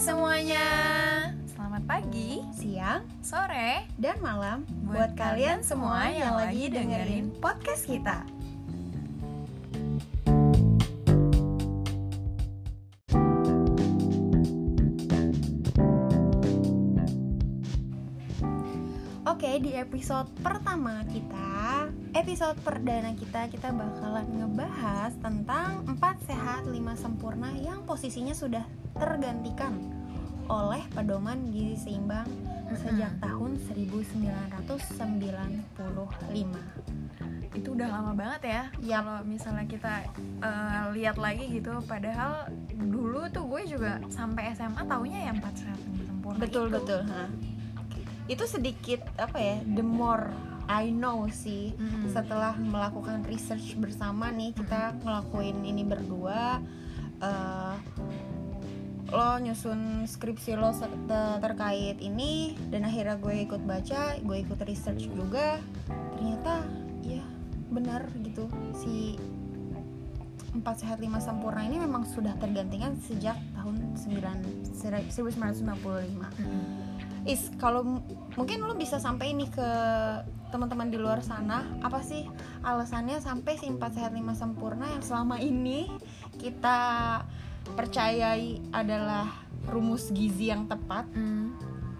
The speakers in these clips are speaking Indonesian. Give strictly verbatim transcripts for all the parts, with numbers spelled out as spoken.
semuanya, selamat pagi, siang, sore, dan malam buat kalian semua yang lagi dengerin podcast kita. Oke, di episode pertama kita, episode perdana kita, kita bakalan ngebahas tentang empat sehat lima sempurna yang posisinya sudah tergantikan oleh pedoman gizi seimbang mm-hmm. sejak tahun seribu sembilan ratus sembilan puluh lima. Itu udah lama banget ya. Yep. Kalau misalnya kita uh, lihat lagi gitu, padahal dulu tuh gue juga sampai S M A taunya ya empat sehat lima sempurna. Betul itu. betul. Ha. Itu sedikit apa ya? The more I know sih. Mm-hmm. Setelah melakukan research bersama nih, kita mm-hmm. ngelakuin ini berdua. Uh, lo nyusun skripsi lo terkait ini, dan akhirnya gue ikut baca, gue ikut research juga. Ternyata ya benar gitu, si empat sehat lima sempurna ini memang sudah tergantikan sejak tahun seribu sembilan ratus sembilan puluh lima. Mm-hmm. Is kalau m- mungkin lo bisa sampai nih ke teman-teman di luar sana, apa sih alasannya sampai si empat sehat lima sempurna yang selama ini kita percayai adalah rumus gizi yang tepat, mm.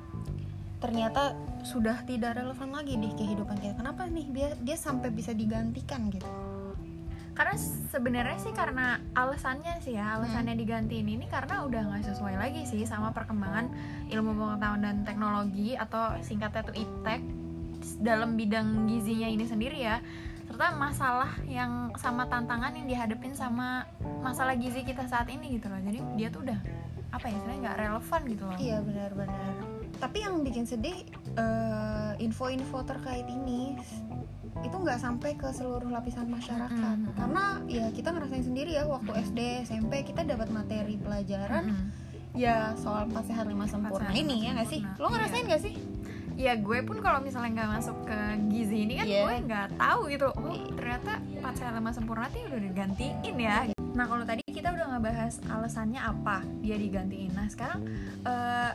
ternyata sudah tidak relevan lagi di kehidupan kita. Kenapa nih dia dia sampai bisa digantikan gitu? Karena sebenarnya sih karena alasannya sih ya, alasannya hmm. digantiin ini karena udah nggak sesuai lagi sih sama perkembangan ilmu pengetahuan dan teknologi, atau singkatnya tuh iptek, dalam bidang gizinya ini sendiri ya, serta masalah yang sama tantangan yang dihadapin sama masalah gizi kita saat ini gitu loh. Jadi dia tuh udah apa ya, sebenarnya nggak relevan gitu loh. Iya benar-benar. Tapi yang bikin sedih, uh, info-info terkait ini itu nggak sampai ke seluruh lapisan masyarakat. Mm-hmm. Karena ya kita ngerasain sendiri ya, waktu mm-hmm. S D, S M P kita dapat materi pelajaran mm-hmm. ya soal empat sehat lima sempurna ini, ya nggak sih? Lo ngerasain nggak yeah. sih? Ya gue pun kalau misalnya nggak masuk ke gizi ini kan yeah. gue nggak tahu gitu. Oh ternyata empat sehat lima sempurna itu udah digantiin ya. Nah kalau tadi kita udah ngebahas alasannya apa dia digantiin. Nah sekarang uh,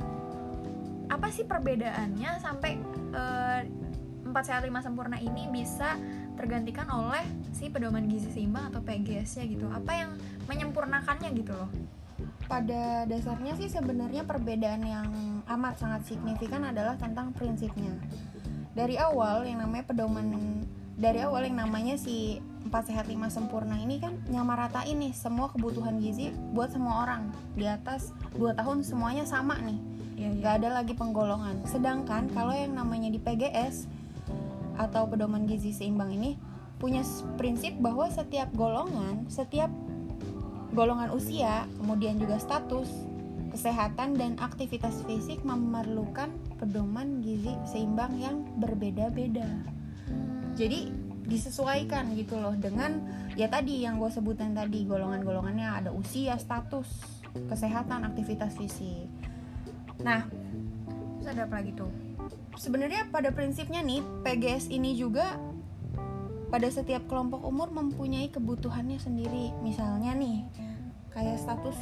apa sih perbedaannya sampai uh, empat sehat lima sempurna ini bisa tergantikan oleh si pedoman gizi seimbang atau P G S-nya gitu? Apa yang menyempurnakannya gitu loh? Pada dasarnya sih sebenarnya perbedaan yang amat sangat signifikan adalah tentang prinsipnya. Dari awal yang namanya pedoman, dari awal yang namanya si empat sehat lima sempurna ini kan nyamaratain nih semua kebutuhan gizi buat semua orang. Di atas dua tahun semuanya sama nih. Ya, ya. Gak ada lagi penggolongan. Sedangkan kalau yang namanya di P G S atau pedoman gizi seimbang ini punya prinsip bahwa setiap golongan, setiap golongan usia, kemudian juga status, kesehatan dan aktivitas fisik memerlukan pedoman gizi seimbang yang berbeda-beda. Hmm. Jadi disesuaikan gitu loh dengan ya tadi yang gue sebutin tadi, golongan-golongannya ada usia, status, kesehatan, aktivitas fisik. Nah, terus ada apa lagi tuh? Sebenarnya pada prinsipnya nih P G S ini juga pada setiap kelompok umur mempunyai kebutuhannya sendiri. Misalnya nih kayak status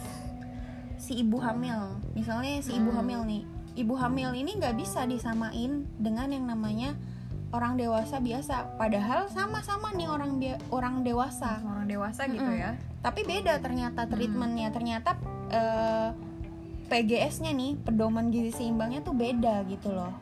si ibu hamil. Misalnya si ibu hamil nih, ibu hamil ini nggak bisa disamain dengan yang namanya orang dewasa biasa. Padahal sama-sama nih orang bi- orang dewasa. Orang dewasa gitu mm-hmm. ya. Tapi beda ternyata treatmentnya. Ternyata uh, P G S-nya nih, pedoman gizi seimbangnya tuh beda gitu loh.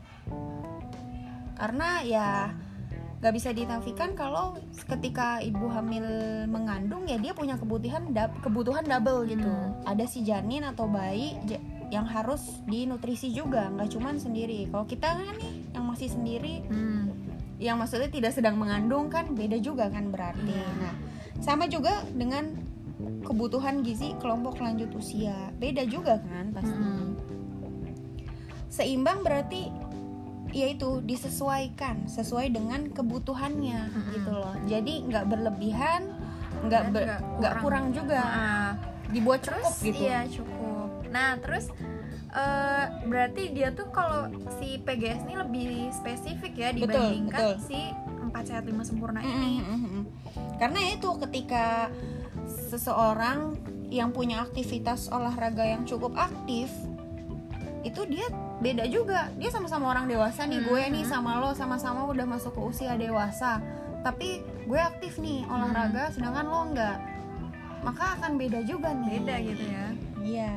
Karena ya gak bisa dinafikan kalau ketika ibu hamil mengandung ya dia punya kebutuhan kebutuhan double gitu. Hmm. Ada si janin atau bayi yang harus dinutrisi juga, nggak cuman sendiri. Kalau kita kan nih yang masih sendiri, hmm. yang maksudnya tidak sedang mengandung kan beda juga kan berarti. Hmm. Nah sama juga dengan kebutuhan gizi kelompok lanjut usia, beda juga kan pasti. Hmm. Seimbang berarti yaitu disesuaikan sesuai dengan kebutuhannya mm-hmm. gitu loh. Jadi nggak berlebihan, nggak ber, nggak kurang. kurang juga, nah, dibuat cukup terus, gitu. Iya cukup. Nah terus uh, berarti dia tuh kalau si P G S ini lebih spesifik ya dibandingkan betul, betul. si empat sehat lima sempurna ini. Mm-hmm. Karena itu ketika seseorang yang punya aktivitas olahraga yang cukup aktif itu dia beda juga. Dia sama-sama orang dewasa nih, hmm. gue nih sama lo sama-sama udah masuk ke usia dewasa, tapi gue aktif nih olahraga, hmm. sedangkan lo enggak, maka akan beda juga nih. Beda gitu ya. Iya.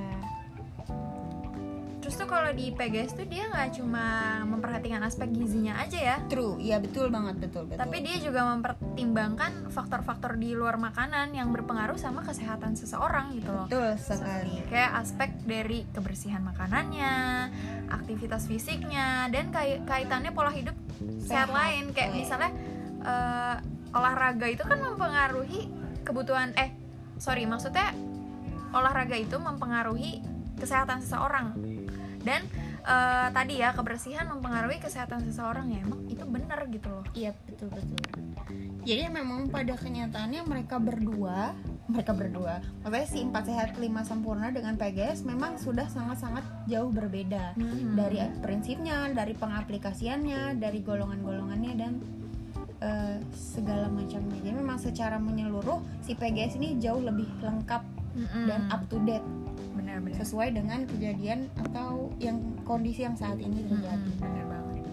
Terus tuh kalau di P G S tuh dia nggak cuma memperhatikan aspek gizinya aja ya. True, iya betul banget, betul betul. Tapi dia juga mempertimbangkan faktor-faktor di luar makanan yang berpengaruh sama kesehatan seseorang gitu loh. Betul sekali. Kayak aspek dari kebersihan makanannya, aktivitas fisiknya, dan kait- kaitannya pola hidup sehat, sehat lain. Kayak misalnya uh, olahraga itu kan mempengaruhi kebutuhan eh sorry maksudnya olahraga itu mempengaruhi kesehatan seseorang. Dan uh, tadi ya kebersihan mempengaruhi kesehatan seseorang, ya emang itu benar gitu loh. Iya betul betul. Jadi memang pada kenyataannya mereka berdua, mereka berdua, maksudnya si empat sehat lima sempurna dengan P G S memang sudah sangat-sangat jauh berbeda hmm. dari prinsipnya, dari pengaplikasiannya, dari golongan-golongannya dan uh, segala macamnya. Jadi memang secara menyeluruh si P G S ini jauh lebih lengkap hmm. dan up to date. Benar-benar. Sesuai dengan kejadian atau yang kondisi yang saat ini terjadi. Hmm, benar banget.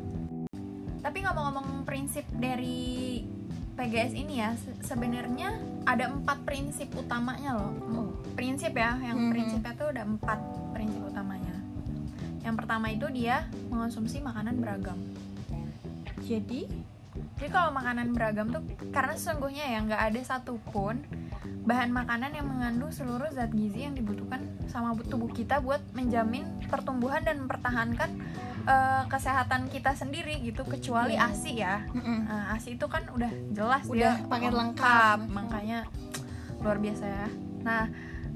Tapi ngomong-ngomong prinsip dari P G S ini ya, se- sebenarnya ada empat prinsip utamanya loh. Oh. Prinsip ya, yang hmm. prinsipnya tuh ada empat prinsip utamanya. Yang pertama itu dia mengonsumsi makanan beragam. Jadi, jadi kalau makanan beragam tuh karena sesungguhnya ya nggak ada satupun bahan makanan yang mengandung seluruh zat gizi yang dibutuhkan sama tubuh kita buat menjamin pertumbuhan dan mempertahankan uh, kesehatan kita sendiri gitu, kecuali yeah. A S I ya. uh, A S I itu kan udah jelas udah dia paket lengkap, makanya luar biasa ya. Nah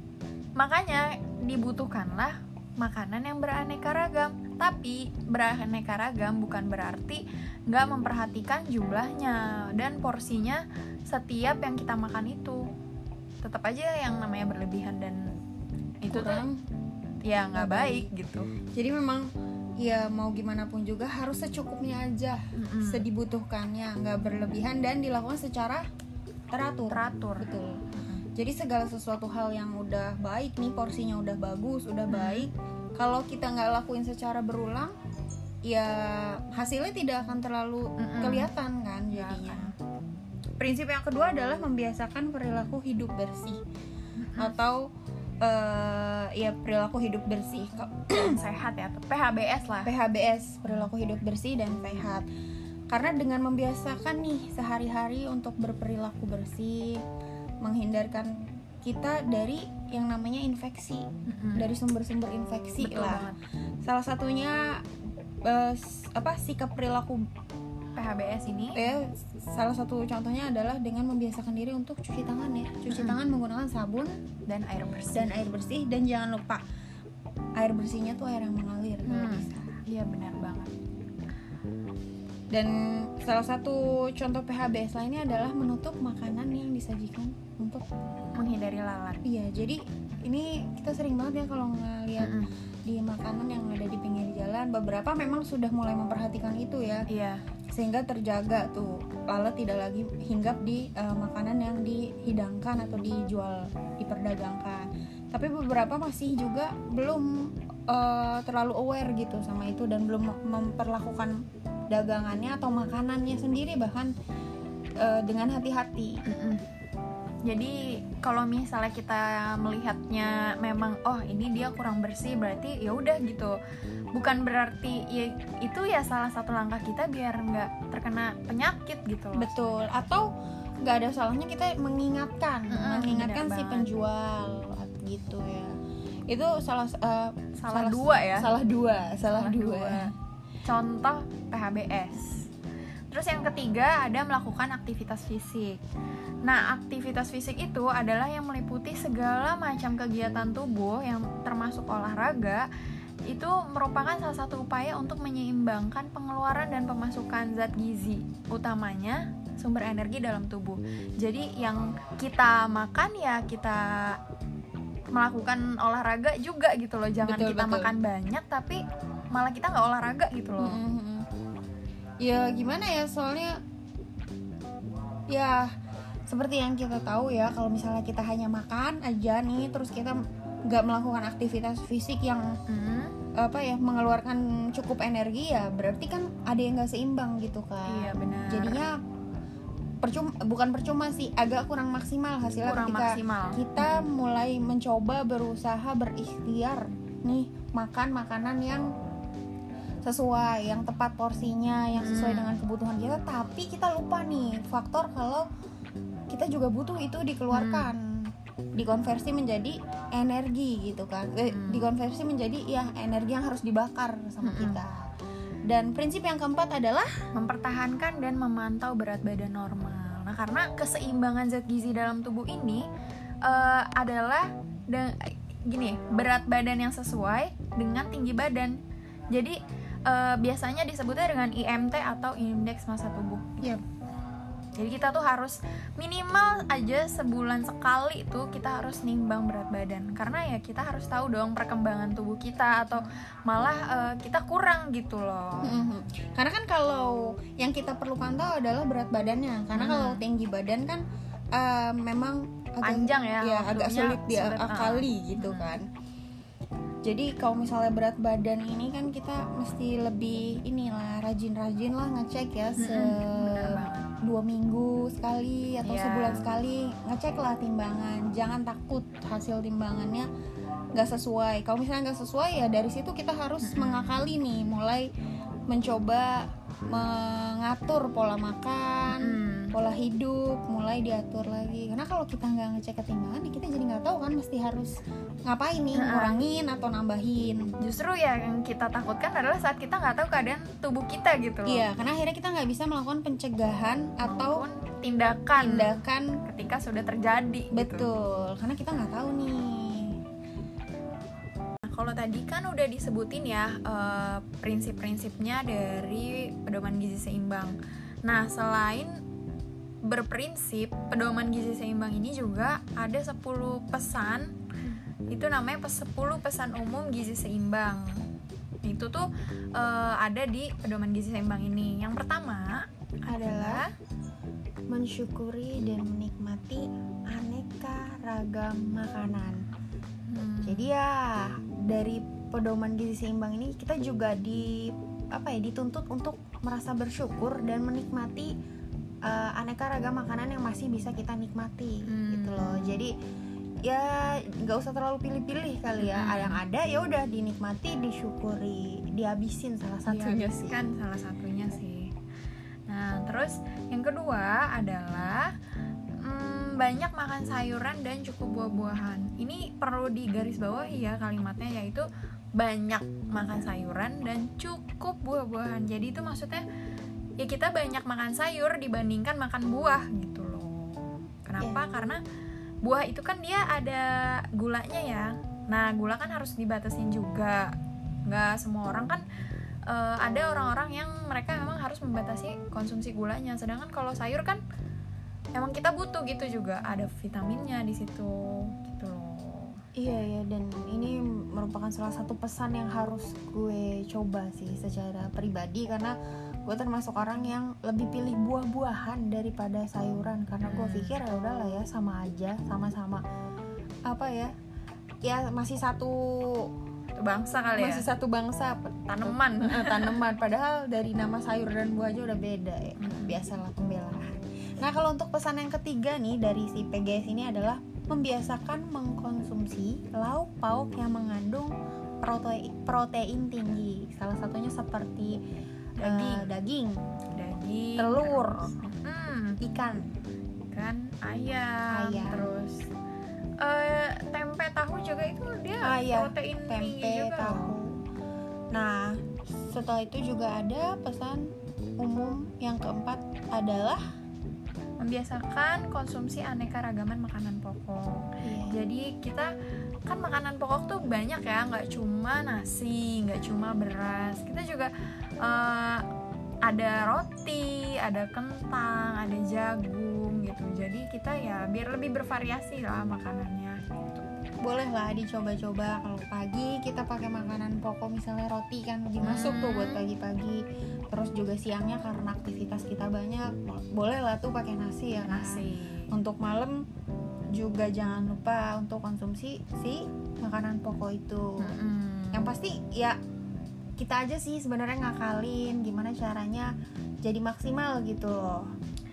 makanya dibutuhkanlah makanan yang beraneka ragam. Tapi beraneka ragam bukan berarti nggak memperhatikan jumlahnya dan porsinya setiap yang kita makan itu. Tetap aja yang namanya berlebihan dan itu kurang tuh ya nggak baik gitu. Jadi memang ya mau gimana pun juga harus secukupnya aja, mm-hmm. sedibutuhkannya, nggak berlebihan dan dilakukan secara teratur. Teratur. Betul. Mm-hmm. Jadi segala sesuatu hal yang udah baik nih, porsinya udah bagus, udah mm-hmm. baik, kalau kita nggak lakuin secara berulang, ya hasilnya tidak akan terlalu mm-hmm. kelihatan kan jadinya. Prinsip yang kedua adalah membiasakan perilaku hidup bersih mm-hmm. atau uh, ya perilaku hidup bersih sehat ya, atau P H B S lah. P H B S, perilaku hidup bersih dan sehat. Karena dengan membiasakan nih sehari-hari untuk berperilaku bersih, menghindarkan kita dari yang namanya infeksi, mm-hmm. dari sumber-sumber infeksi. Betul lah. Banget. Salah satunya uh, apa sikap perilaku P H B S ini eh, salah satu contohnya adalah dengan membiasakan diri untuk cuci tangan ya, cuci mm-hmm. tangan menggunakan sabun dan air bersih dan air bersih dan jangan lupa air bersihnya tuh air yang mengalir hmm. kalau bisa. Iya benar banget. Dan salah satu contoh P H B S lainnya adalah menutup makanan yang disajikan untuk menghindari lalat. Iya, jadi ini kita sering banget ya kalau ngeliat mm-hmm. di makanan yang ada di pinggir jalan, beberapa memang sudah mulai memperhatikan itu ya. Iya. Sehingga terjaga tuh lalat tidak lagi hinggap di uh, makanan yang dihidangkan atau dijual, diperdagangkan. Tapi beberapa masih juga belum uh, terlalu aware gitu sama itu dan belum memperlakukan dagangannya atau makanannya sendiri bahkan uh, dengan hati-hati. Mm-mm. Jadi kalau misalnya kita melihatnya memang oh ini dia kurang bersih, berarti ya udah gitu. Bukan berarti ya, itu ya salah satu langkah kita biar nggak terkena penyakit gitu loh. Betul. Atau nggak ada salahnya kita mengingatkan, mm-hmm, mengingatkan si banget. penjual gitu ya. Itu salah uh, salah, salah dua ya. Salah dua, salah, salah dua. dua. Contoh P H B S. Terus yang ketiga ada melakukan aktivitas fisik. Nah, aktivitas fisik itu adalah yang meliputi segala macam kegiatan tubuh yang termasuk olahraga. Itu merupakan salah satu upaya untuk menyeimbangkan pengeluaran dan pemasukan zat gizi, utamanya sumber energi dalam tubuh. Jadi yang kita makan ya kita melakukan olahraga juga gitu loh. Jangan betul, kita betul. makan banyak tapi malah kita nggak olahraga gitu loh. Mm-hmm. Ya gimana ya, soalnya ya seperti yang kita tahu ya, kalau misalnya kita hanya makan aja nih terus kita nggak melakukan aktivitas fisik yang mm. apa ya mengeluarkan cukup energi, ya berarti kan ada yang nggak seimbang gitu kan. Iya benar. Jadinya percuma, bukan percuma sih, agak kurang maksimal hasilnya kurang ketika maksimal. kita mulai mencoba berusaha berikhtiar nih makan makanan yang sesuai, yang tepat porsinya, yang sesuai hmm. dengan kebutuhan kita, tapi kita lupa nih faktor kalau kita juga butuh itu dikeluarkan. Hmm. Dikonversi menjadi energi gitu kan, eh, hmm. dikonversi menjadi ya energi yang harus dibakar sama hmm. kita. Dan prinsip yang keempat adalah mempertahankan dan memantau berat badan normal. Nah, karena keseimbangan zat gizi dalam tubuh ini uh, adalah de- gini, berat badan yang sesuai dengan tinggi badan. Jadi uh, biasanya disebutnya dengan I M T atau indeks massa tubuh. Yep. Jadi kita tuh harus minimal aja sebulan sekali tuh kita harus nimbang berat badan. Karena ya kita harus tahu dong perkembangan tubuh kita, atau malah uh, kita kurang gitu loh. Mm-hmm. Karena kan kalau yang kita perlu pantau adalah berat badannya. Karena hmm. kalau tinggi badan kan uh, memang agak, panjang ya, ya agak sulit diakali uh. gitu hmm. kan. Jadi kalau misalnya berat badan ini kan kita mesti lebih inilah rajin-rajin lah ngecek ya se dua minggu sekali atau yeah. sebulan sekali ngecek lah timbangan. Jangan takut hasil timbangannya nggak sesuai. Kalau misalnya nggak sesuai ya dari situ kita harus mm-hmm. mengakali nih, mulai mencoba mengatur pola makan, mm. pola hidup, mulai diatur lagi. Karena kalau kita nggak ngecek ketimbangan, kita jadi nggak tahu kan mesti harus ngapain nih, ngurangin atau nambahin. Justru ya yang kita takutkan adalah saat kita nggak tahu keadaan tubuh kita gitu loh. Iya, karena akhirnya kita nggak bisa melakukan pencegahan atau tindakan tindakan ketika sudah terjadi. Betul, gitu. Karena kita nggak tahu nih. Kalau tadi kan udah disebutin ya uh, prinsip-prinsipnya dari pedoman gizi seimbang. Nah, selain berprinsip pedoman gizi seimbang ini juga ada sepuluh pesan. Itu namanya sepuluh pesan umum gizi seimbang. Itu tuh uh, ada di pedoman gizi seimbang ini. Yang pertama adalah mensyukuri dan menikmati aneka ragam makanan. Hmm. Jadi ya dari pedoman gizi seimbang ini kita juga di apa ya dituntut untuk merasa bersyukur dan menikmati uh, aneka ragam makanan yang masih bisa kita nikmati, hmm. gitu loh. Jadi ya nggak usah terlalu pilih-pilih kali ya. Hmm. Yang ada ya udah dinikmati, disyukuri, dihabisin salah satunya sih. Kan salah satunya sih. Nah terus yang kedua adalah banyak makan sayuran dan cukup buah-buahan. Ini perlu digarisbawahi ya kalimatnya, yaitu banyak makan sayuran dan cukup buah-buahan. Jadi itu maksudnya ya kita banyak makan sayur dibandingkan makan buah gitu loh. Kenapa? Yeah. Karena buah itu kan dia ada gulanya ya. Nah gula kan harus dibatasin juga. Nggak semua orang kan uh, ada orang-orang yang mereka memang harus membatasi konsumsi gulanya. Sedangkan kalau sayur kan emang kita butuh gitu juga, ada vitaminnya di situ gitu loh. Iya ya, dan ini merupakan salah satu pesan yang harus gue coba sih secara pribadi, karena gue termasuk orang yang lebih pilih buah-buahan daripada sayuran, karena gue pikir ya udahlah ya sama aja, sama-sama apa ya, ya masih satu bangsa kali ya. Masih satu bangsa, tanaman, tanaman. Padahal dari nama sayur dan buah aja udah beda ya. Biasalah pembelaan. Nah kalau untuk pesan yang ketiga nih dari si P G S ini adalah membiasakan mengkonsumsi lauk pauk yang mengandung protein, protein tinggi. Salah satunya seperti daging, uh, daging, daging, telur, hmm, ikan, ikan, ayam, ayam. terus uh, tempe, tahu juga itu dia ah, iya. protein tempe, tinggi juga. Tahu. Nah setelah itu juga ada pesan umum yang keempat adalah membiasakan konsumsi aneka ragaman makanan pokok. Yeah. Jadi kita kan makanan pokok tuh banyak ya, nggak cuma nasi, nggak cuma beras. Kita juga uh, ada roti, ada kentang, ada jagung gitu. Jadi kita ya biar lebih bervariasi lah makanannya gitu. Boleh lah dicoba-coba. Kalau pagi kita pakai makanan pokok misalnya roti kan lagi masuk hmm. tuh buat pagi-pagi. Terus juga siangnya karena aktivitas kita banyak, boleh lah tuh pakai nasi ya kan. Nasi. Untuk malam juga jangan lupa untuk konsumsi si makanan pokok itu. Hmm. Yang pasti ya kita aja sih sebenarnya ngakalin gimana caranya jadi maksimal gitu loh.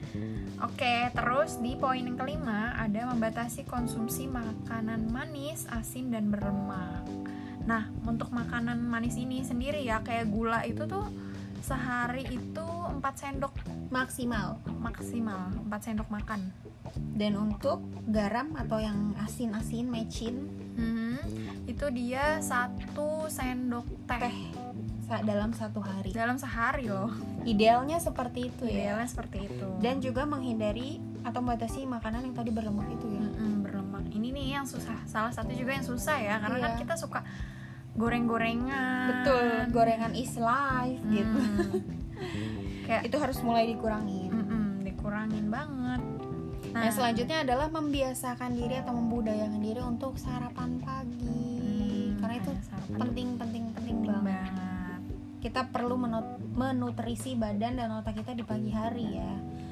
Oke, terus di poin yang kelima ada membatasi konsumsi makanan manis, asin, dan berlemak. Nah, untuk makanan manis ini sendiri ya, kayak gula itu tuh sehari itu empat sendok maksimal. Maksimal empat sendok makan. Dan untuk garam atau yang asin-asin, mecin, mm-hmm, itu dia satu sendok teh, teh dalam satu hari. Dalam sehari loh. Idealnya seperti itu ya. Idealnya seperti itu. Dan juga menghindari atau membatasi makanan yang tadi berlemak itu ya. Mm-mm, berlemak. Ini nih yang susah. Salah satu juga yang susah ya, karena iya. kan kita suka goreng-gorengan. Betul, gorengan is life mm. gitu. Kayak itu harus mulai dikurangin. Mm-mm, dikurangin banget. Nah, nah, selanjutnya adalah membiasakan diri atau membudayakan diri untuk sarapan pagi. Hmm, karena itu penting-penting-penting banget. banget. Kita perlu menut- menutrisi badan dan otak kita di pagi hari ya.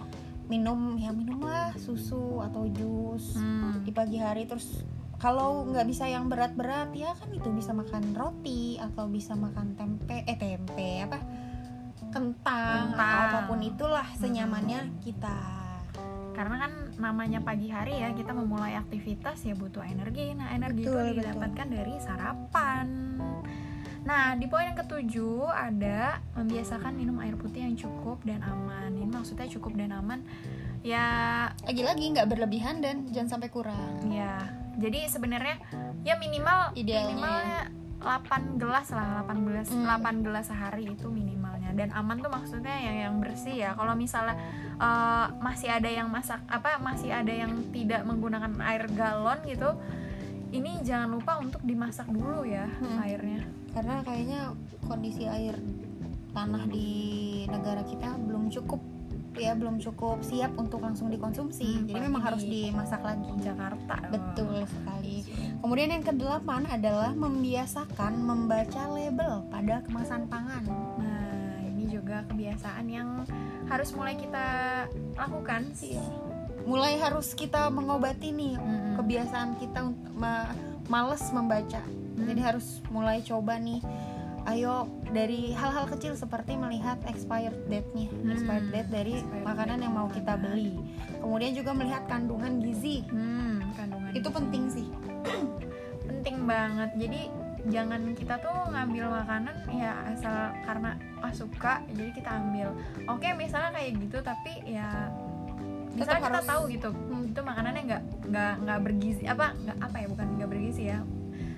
Minum ya minumlah susu atau jus hmm. di pagi hari. Terus kalau nggak bisa yang berat-berat ya kan itu bisa makan roti atau bisa makan tempe eh tempe apa kentang, kentang. atau apapun itulah senyamannya hmm. kita. Karena kan namanya pagi hari ya, kita memulai aktivitas ya butuh energi. Nah, energi betul, itu didapatkan betul. dari sarapan. Nah, di poin yang ketujuh ada membiasakan minum air putih yang cukup dan aman. Ini maksudnya cukup dan aman ya, lagi-lagi nggak berlebihan dan jangan sampai kurang. Ya, jadi sebenarnya ya minimal idealnya minimalnya delapan gelas lah, delapan gelas, hmm. delapan gelas sehari itu minimalnya. Dan aman tuh maksudnya yang yang bersih ya. Kalau misalnya uh, masih ada yang masak apa masih ada yang tidak menggunakan air galon gitu, ini jangan lupa untuk dimasak dulu ya hmm. airnya. Karena kayaknya kondisi air tanah di negara kita belum cukup ya, belum cukup siap untuk langsung dikonsumsi. Hmm, Jadi memang harus dimasak lagi. Jakarta. Betul sekali. Kemudian yang kedelapan adalah membiasakan membaca label pada kemasan pangan. Nah, ini juga kebiasaan yang harus mulai kita lakukan sih. Mulai harus kita mengobati nih mm-hmm. kebiasaan kita ma- males membaca. Mm. Jadi harus mulai coba nih. Ayo dari hal-hal kecil seperti melihat expired date-nya, hmm. expired date dari expired makanan date yang mau kita beli. Kemudian juga melihat kandungan gizi. Hmm, kandungan itu gizi. Penting sih. Penting banget. Jadi jangan kita tuh ngambil makanan ya asal karena ah suka, jadi kita ambil. Oke, misalnya kayak gitu, tapi ya misalnya kita harus tahu gitu, hmm, itu makanannya nggak nggak nggak bergizi apa nggak apa ya bukan nggak bergizi ya.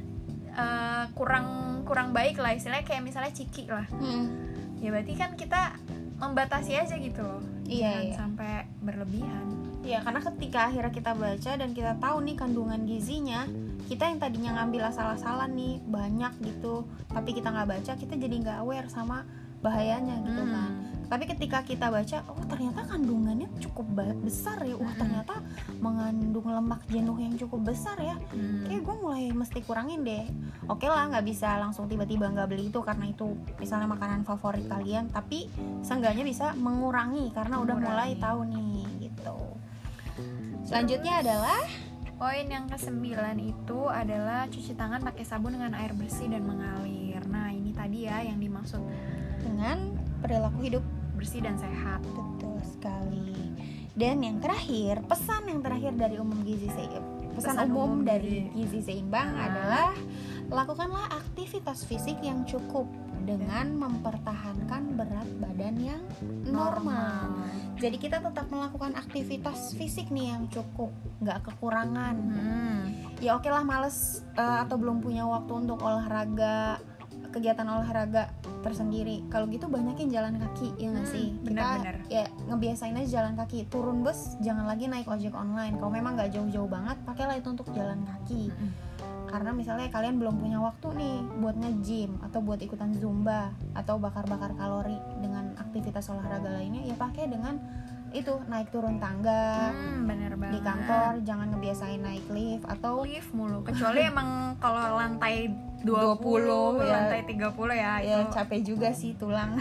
Uh, kurang kurang baik lah istilahnya, kayak misalnya ciki lah hmm. ya berarti kan kita membatasi aja gitu loh, iya, jangan iya. sampai berlebihan. Iya, karena ketika akhirnya kita baca dan kita tahu nih kandungan gizinya, kita yang tadinya ngambil asal-asalan nih banyak gitu, tapi kita nggak baca, kita jadi nggak aware sama bahayanya gitu hmm. kan. Tapi ketika kita baca, oh ternyata kandungannya cukup besar ya, wah ternyata mengandung lemak jenuh yang cukup besar ya, hmm. kayak gue mulai mesti kurangin deh. Oke lah, nggak bisa langsung tiba-tiba nggak beli itu karena itu misalnya makanan favorit kalian, tapi seenggaknya bisa mengurangi karena mengurangi. Udah mulai tahu nih gitu. Selanjutnya adalah poin yang kesembilan itu adalah cuci tangan pakai sabun dengan air bersih dan mengalir. Nah ini tadi ya yang dimaksud dengan perilaku hidup bersih dan sehat. Betul sekali. Dan yang terakhir, pesan yang terakhir dari umum gizi seimbang, pesan, pesan umum, umum dari gizi seimbang hmm. adalah lakukanlah aktivitas fisik yang cukup dengan mempertahankan berat badan yang normal. normal. Jadi kita tetap melakukan aktivitas fisik nih yang cukup, nggak kekurangan. Hmm. Ya oke lah males uh, atau belum punya waktu untuk olahraga, kegiatan olahraga tersendiri. Kalau gitu banyakin jalan kaki ya nggak hmm, sih? Kita bener-bener. ya ngebiasain aja jalan kaki. Turun bus jangan lagi naik ojek online. Kalau memang nggak jauh-jauh banget, pakailah itu untuk jalan kaki. Hmm. Karena misalnya kalian belum punya waktu nih buat nge-gym atau buat ikutan zumba atau bakar-bakar kalori dengan aktivitas olahraga lainnya, ya pakai dengan itu naik turun tangga. Hmm, bener banget. Di kantor jangan ngebiasain naik lift atau lift mulu. Kecuali emang kalau lantai dua puluh, ya, lantai tiga puluh ya, ya itu capek juga sih tulang.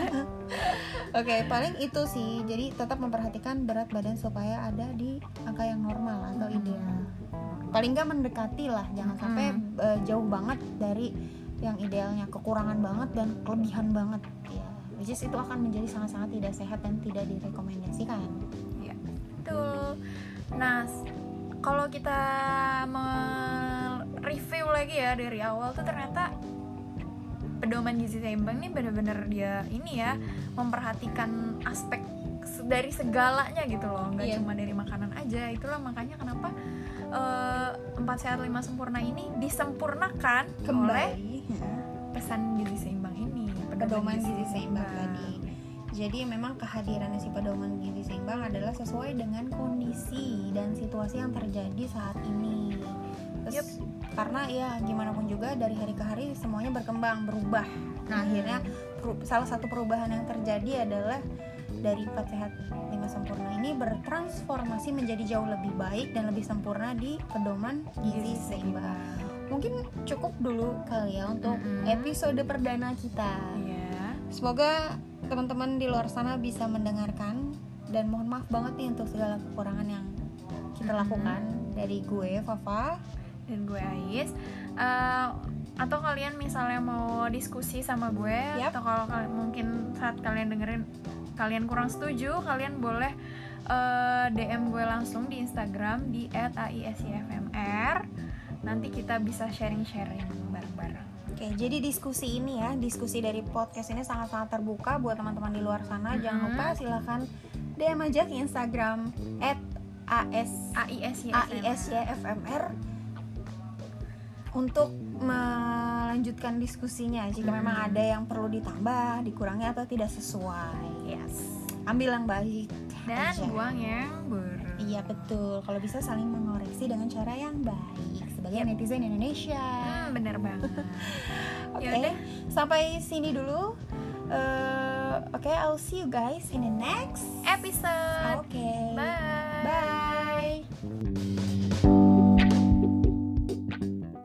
Oke, okay, paling itu sih. Jadi tetap memperhatikan berat badan supaya ada di angka yang normal atau ideal. Paling nggak mendekati lah, jangan sampai hmm. uh, jauh banget dari yang idealnya kekurangan banget dan kelebihan banget ya, which is itu akan menjadi sangat-sangat tidak sehat dan tidak direkomendasikan. Ya, betul. Nah, kalau kita mereview lagi ya dari awal tuh ternyata pedoman gizi seimbang ini benar-benar dia ini ya memperhatikan aspek dari segalanya gitu loh, nggak yeah. cuma dari makanan aja. Itulah makanya kenapa empat uh, sehat lima sempurna ini disempurnakan kembali oleh pesan gizi seimbang ini, pedoman gizi seimbang tadi. Jadi memang kehadiran si pedoman gizi seimbang adalah sesuai dengan kondisi dan situasi yang terjadi saat ini. Terus yep. karena ya gimana pun juga dari hari ke hari semuanya berkembang, berubah. Nah hmm. akhirnya per- salah satu perubahan yang terjadi adalah dari empat sehat lima sempurna ini bertransformasi menjadi jauh lebih baik dan lebih sempurna di pedoman gizi seimbang. Mungkin cukup dulu kali ya untuk mm-hmm. episode perdana kita. Yeah. Semoga teman-teman di luar sana bisa mendengarkan, dan mohon maaf banget nih untuk segala kekurangan yang kita mm-hmm. lakukan. Dari gue Fafa dan gue Ais. Uh, atau kalian misalnya mau diskusi sama gue, yep. atau kalau kalian, mungkin saat kalian dengerin kalian kurang setuju, kalian boleh uh, D M gue langsung di Instagram di et a i s y f m r. Nanti kita bisa sharing-sharing bareng-bareng. Oke, jadi diskusi ini ya, diskusi dari podcast ini sangat-sangat terbuka buat teman-teman di luar sana. Mm-hmm. Jangan lupa silakan D M aja ke Instagram et a i s y f m r untuk melanjutkan diskusinya jika hmm. memang ada yang perlu ditambah, dikurangi atau tidak sesuai. Yes. Ambil yang baik dan aja. Buang yang buruk. Iya betul. Kalau bisa saling mengoreksi dengan cara yang baik sebagai yep. netizen Indonesia. Hmm, bener banget. Oke, okay, sampai sini dulu. Uh, Oke, okay, I'll see you guys in the next episode. Oke. Okay. Bye.